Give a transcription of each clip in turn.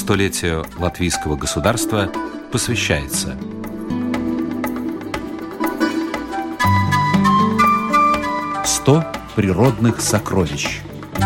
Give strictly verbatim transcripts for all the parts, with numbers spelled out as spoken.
столетию латвийского государства посвящается. Сто природных сокровищ.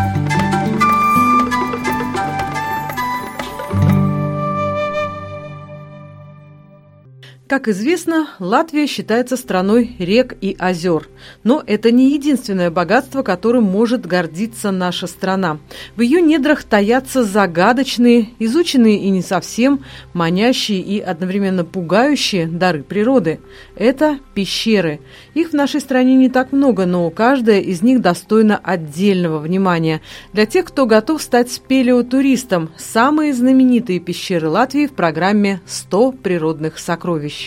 Как известно, Латвия считается страной рек и озер. Но это не единственное богатство, которым может гордиться наша страна. В ее недрах таятся загадочные, изученные и не совсем, манящие и одновременно пугающие дары природы. Это пещеры. Их в нашей стране не так много, но каждая из них достойна отдельного внимания. Для тех, кто готов стать палеотуристом, самые знаменитые пещеры Латвии в программе «сто природных сокровищ».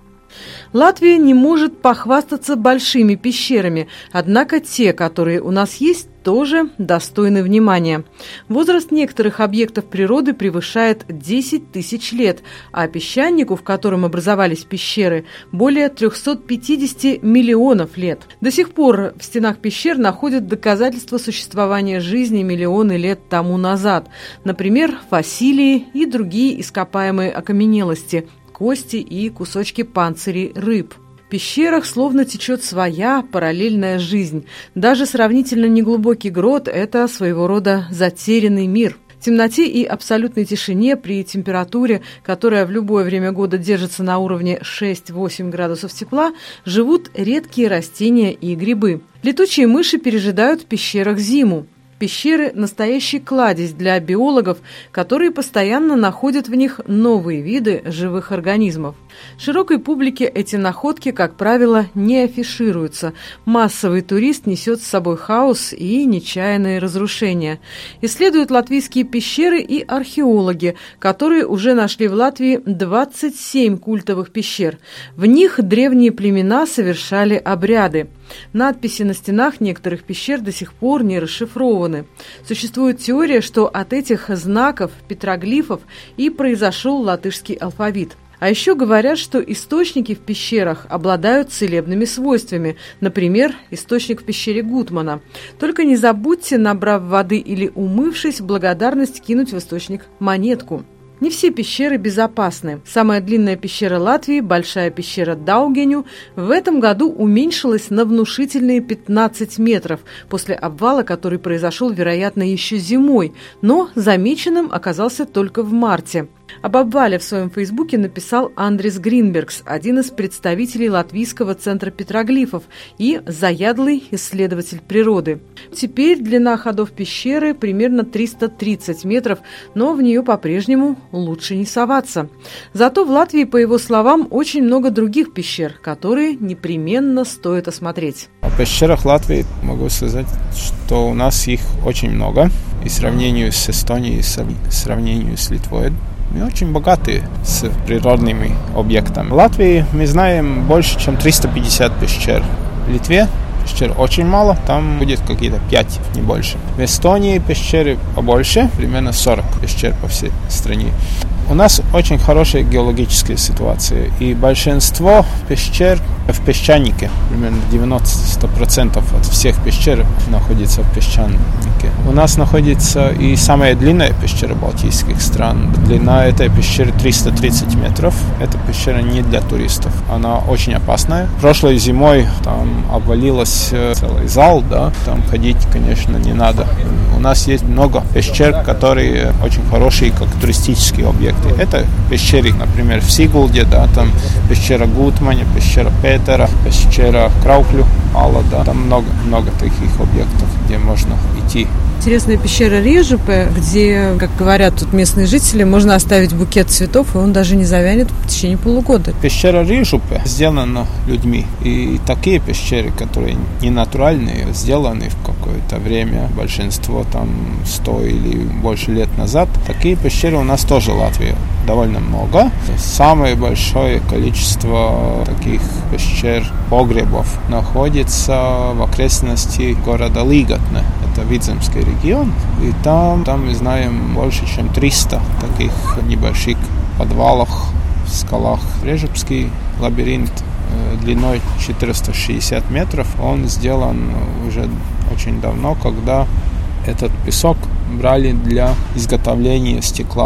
Латвия не может похвастаться большими пещерами, однако те, которые у нас есть, тоже достойны внимания. Возраст некоторых объектов природы превышает десять тысяч лет, а песчанику, в котором образовались пещеры, более триста пятьдесят миллионов лет. До сих пор в стенах пещер находят доказательства существования жизни миллионы лет тому назад, например, фасилии и другие ископаемые окаменелости, кости и кусочки панцирей рыб. В пещерах словно течет своя параллельная жизнь. Даже сравнительно неглубокий грот – это своего рода затерянный мир. В темноте и абсолютной тишине при температуре, которая в любое время года держится на уровне шесть-восемь градусов тепла, живут редкие растения и грибы. Летучие мыши пережидают в пещерах зиму. Пещеры – настоящий кладезь для биологов, которые постоянно находят в них новые виды живых организмов. Широкой публике эти находки, как правило, не афишируются. Массовый турист несет с собой хаос и нечаянные разрушения. Исследуют латвийские пещеры и археологи, которые уже нашли в Латвии двадцать семь культовых пещер. В них древние племена совершали обряды. Надписи на стенах некоторых пещер до сих пор не расшифрованы. Существует теория, что от этих знаков, петроглифов и произошел латышский алфавит. А еще говорят, что источники в пещерах обладают целебными свойствами. Например, источник в пещере Гутмана. Только не забудьте, набрав воды или умывшись, в благодарность кинуть в источник монетку. Не все пещеры безопасны. Самая длинная пещера Латвии, большая пещера Даугеню, в этом году уменьшилась на внушительные пятнадцать метров, после обвала, который произошел, вероятно, еще зимой, но замеченным оказался только в марте. Об обвале в своем фейсбуке написал Андрис Гринбергс, один из представителей Латвийского центра петроглифов и заядлый исследователь природы. Теперь длина ходов пещеры примерно триста тридцать метров, но в нее по-прежнему лучше не соваться. Зато в Латвии, по его словам, очень много других пещер, которые непременно стоит осмотреть. О пещерах Латвии могу сказать, что у нас их очень много. И в сравнении с Эстонией, и в сравнении с Литвой. Мы очень богаты с природными объектами. В Латвии мы знаем больше, чем триста пятьдесят пещер. В Литве пещер очень мало, там будет какие-то пять, не больше. В Эстонии пещеры побольше, примерно сорок пещер по всей стране. У нас очень хорошая геологическая ситуация, и большинство пещер в песчанике, примерно девяносто процентов от всех пещер находится в песчанике. У нас находится и самая длинная пещера балтийских стран. Длина этой пещеры триста тридцать метров. Эта пещера не для туристов, она очень опасная. Прошлой зимой там обвалилась целый зал, да, там ходить, конечно, не надо. У нас есть много пещер, которые очень хорошие, как туристические объекты. Это пещеры, например, в Сигулде, да, там пещера Гутмане, пещера Петера, пещера Крауклю, Алла, да, там много-много таких объектов, где можно идти. Интересная пещера Режупе, где, как говорят тут местные жители, можно оставить букет цветов, и он даже не завянет в течение полугода. Пещера Режупе сделана людьми. И такие пещеры, которые не натуральные, сделаны в какое-то время, большинство там сто или больше лет назад, такие пещеры у нас тоже в Латвии довольно много. Самое большое количество таких пещер, погребов находится в окрестности города Līgatne. Это Видземский регион, и там, там мы знаем больше, чем триста таких небольших подвалов в скалах. Режупский лабиринт э, длиной четыреста шестьдесят метров, он сделан уже очень давно, когда этот песок брали для изготовления стекла.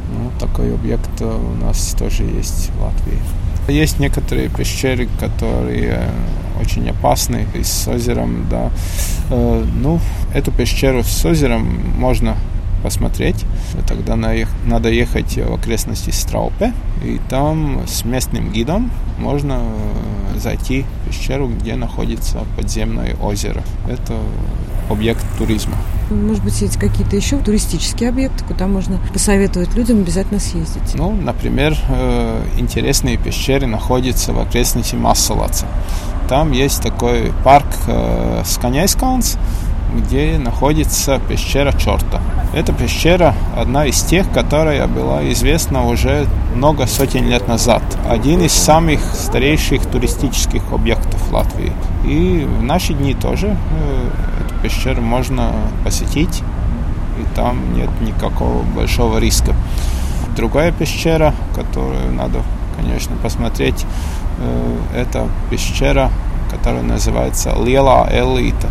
Ну, такой объект у нас тоже есть в Латвии. Есть некоторые пещеры, которые очень опасны, и с озером, да. Ну, эту пещеру с озером можно посмотреть. Тогда надо ехать в окрестности Страупе, и там с местным гидом можно зайти в пещеру, где находится подземное озеро. Это объект туризма. Может быть, есть какие-то еще туристические объекты, куда можно посоветовать людям обязательно съездить? Ну, например, интересные пещеры находятся в окрестности Массалаца. Там есть такой парк Сканяйскалнс, где находится пещера Черта. Эта пещера одна из тех, которая была известна уже много сотен лет назад. Один из самых старейших туристических объектов Латвии. И в наши дни тоже эту пещеру можно посетить, и там нет никакого большого риска. Другая пещера, которую надо, конечно, посмотреть, это пещера, которая называется Лела Элита.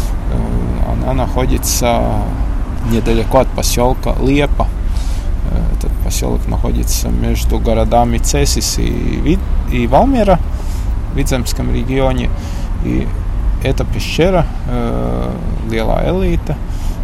Она находится недалеко от поселка Лиепа. Этот поселок находится между городами Цесис и, Вид, и Валмера в Видземском регионе. И эта пещера Лела Элита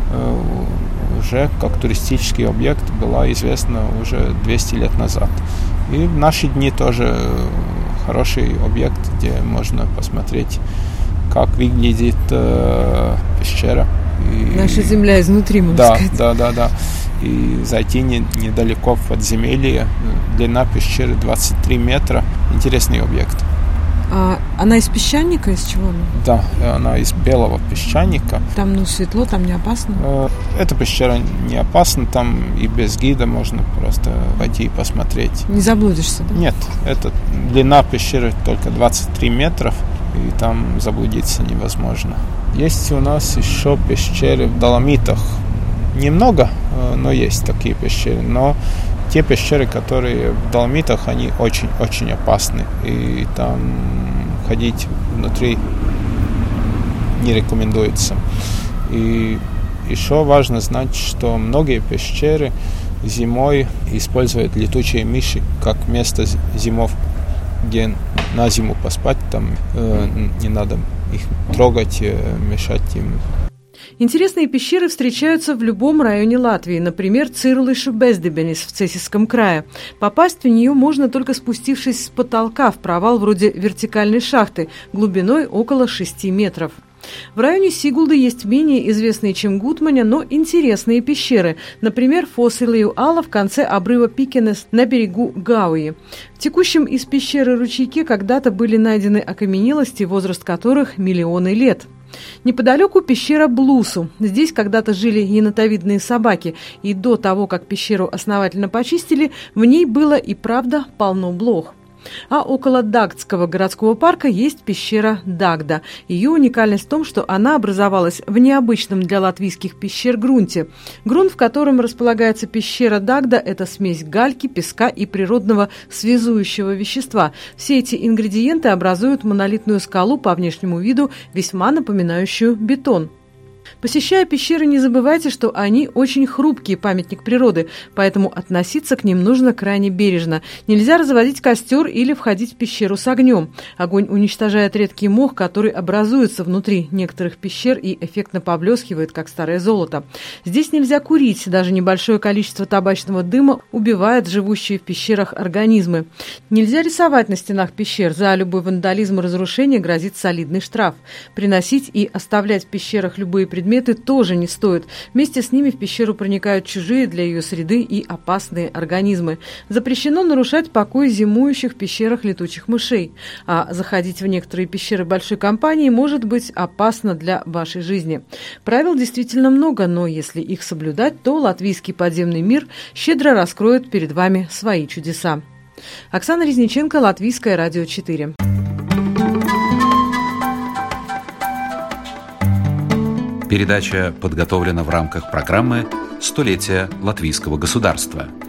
уже как туристический объект была известна уже двести лет назад. И в наши дни тоже хороший объект, где можно посмотреть, как выглядит э, пещера. И, наша земля изнутри, можно да, сказать. Да, да, да. И зайти не, недалеко в подземелье. Длина пещеры двадцать три метра. Интересный объект. А она из песчаника, из чего она? Да, она из белого песчаника. Там, ну, светло, там не опасно? Э, эта пещера не опасна, там и без гида можно просто пойти и посмотреть. Не заблудишься, да? Нет, это длина пещеры только двадцать три метра. И там заблудиться невозможно. Есть у нас еще пещеры в Доломитах. Немного, но есть такие пещеры. Но те пещеры, которые в Доломитах, они очень-очень опасны. И там ходить внутри не рекомендуется. И еще важно знать, что многие пещеры зимой используют летучие мыши как место зимовки, где на зиму поспать, там э, не надо их трогать, э, мешать им. Интересные пещеры встречаются в любом районе Латвии, например, Цирулишу Бездебенис в Цесисском крае. Попасть в нее можно только спустившись с потолка в провал вроде вертикальной шахты глубиной около шести метров. В районе Сигулды есть менее известные, чем Гутманя, но интересные пещеры. Например, Фосилию Ала в конце обрыва Пикенес на берегу Гауи. В текущем из пещеры ручейке когда-то были найдены окаменелости, возраст которых миллионы лет. Неподалеку пещера Блусу. Здесь когда-то жили енотовидные собаки, и до того, как пещеру основательно почистили, в ней было и правда полно блох. А около Дагдского городского парка есть пещера Дагда. Ее уникальность в том, что она образовалась в необычном для латвийских пещер грунте. Грунт, в котором располагается пещера Дагда, это смесь гальки, песка и природного связующего вещества. Все эти ингредиенты образуют монолитную скалу по внешнему виду, весьма напоминающую бетон. Посещая пещеры, не забывайте, что они очень хрупкий памятник природы, поэтому относиться к ним нужно крайне бережно. Нельзя разводить костер или входить в пещеру с огнем. Огонь уничтожает редкий мох, который образуется внутри некоторых пещер и эффектно поблескивает, как старое золото. Здесь нельзя курить, даже небольшое количество табачного дыма убивает живущие в пещерах организмы. Нельзя рисовать на стенах пещер, за любой вандализм и разрушение грозит солидный штраф. Приносить и оставлять в пещерах любые предметы Предметы тоже не стоит. Вместе с ними в пещеру проникают чужие для ее среды и опасные организмы. Запрещено нарушать покой зимующих в пещерах летучих мышей. А заходить в некоторые пещеры большой компании может быть опасно для вашей жизни. Правил действительно много, но если их соблюдать, то латвийский подземный мир щедро раскроет перед вами свои чудеса. Оксана Резниченко, Латвийское радио четыре. Передача подготовлена в рамках программы «Столетие латвийского государства».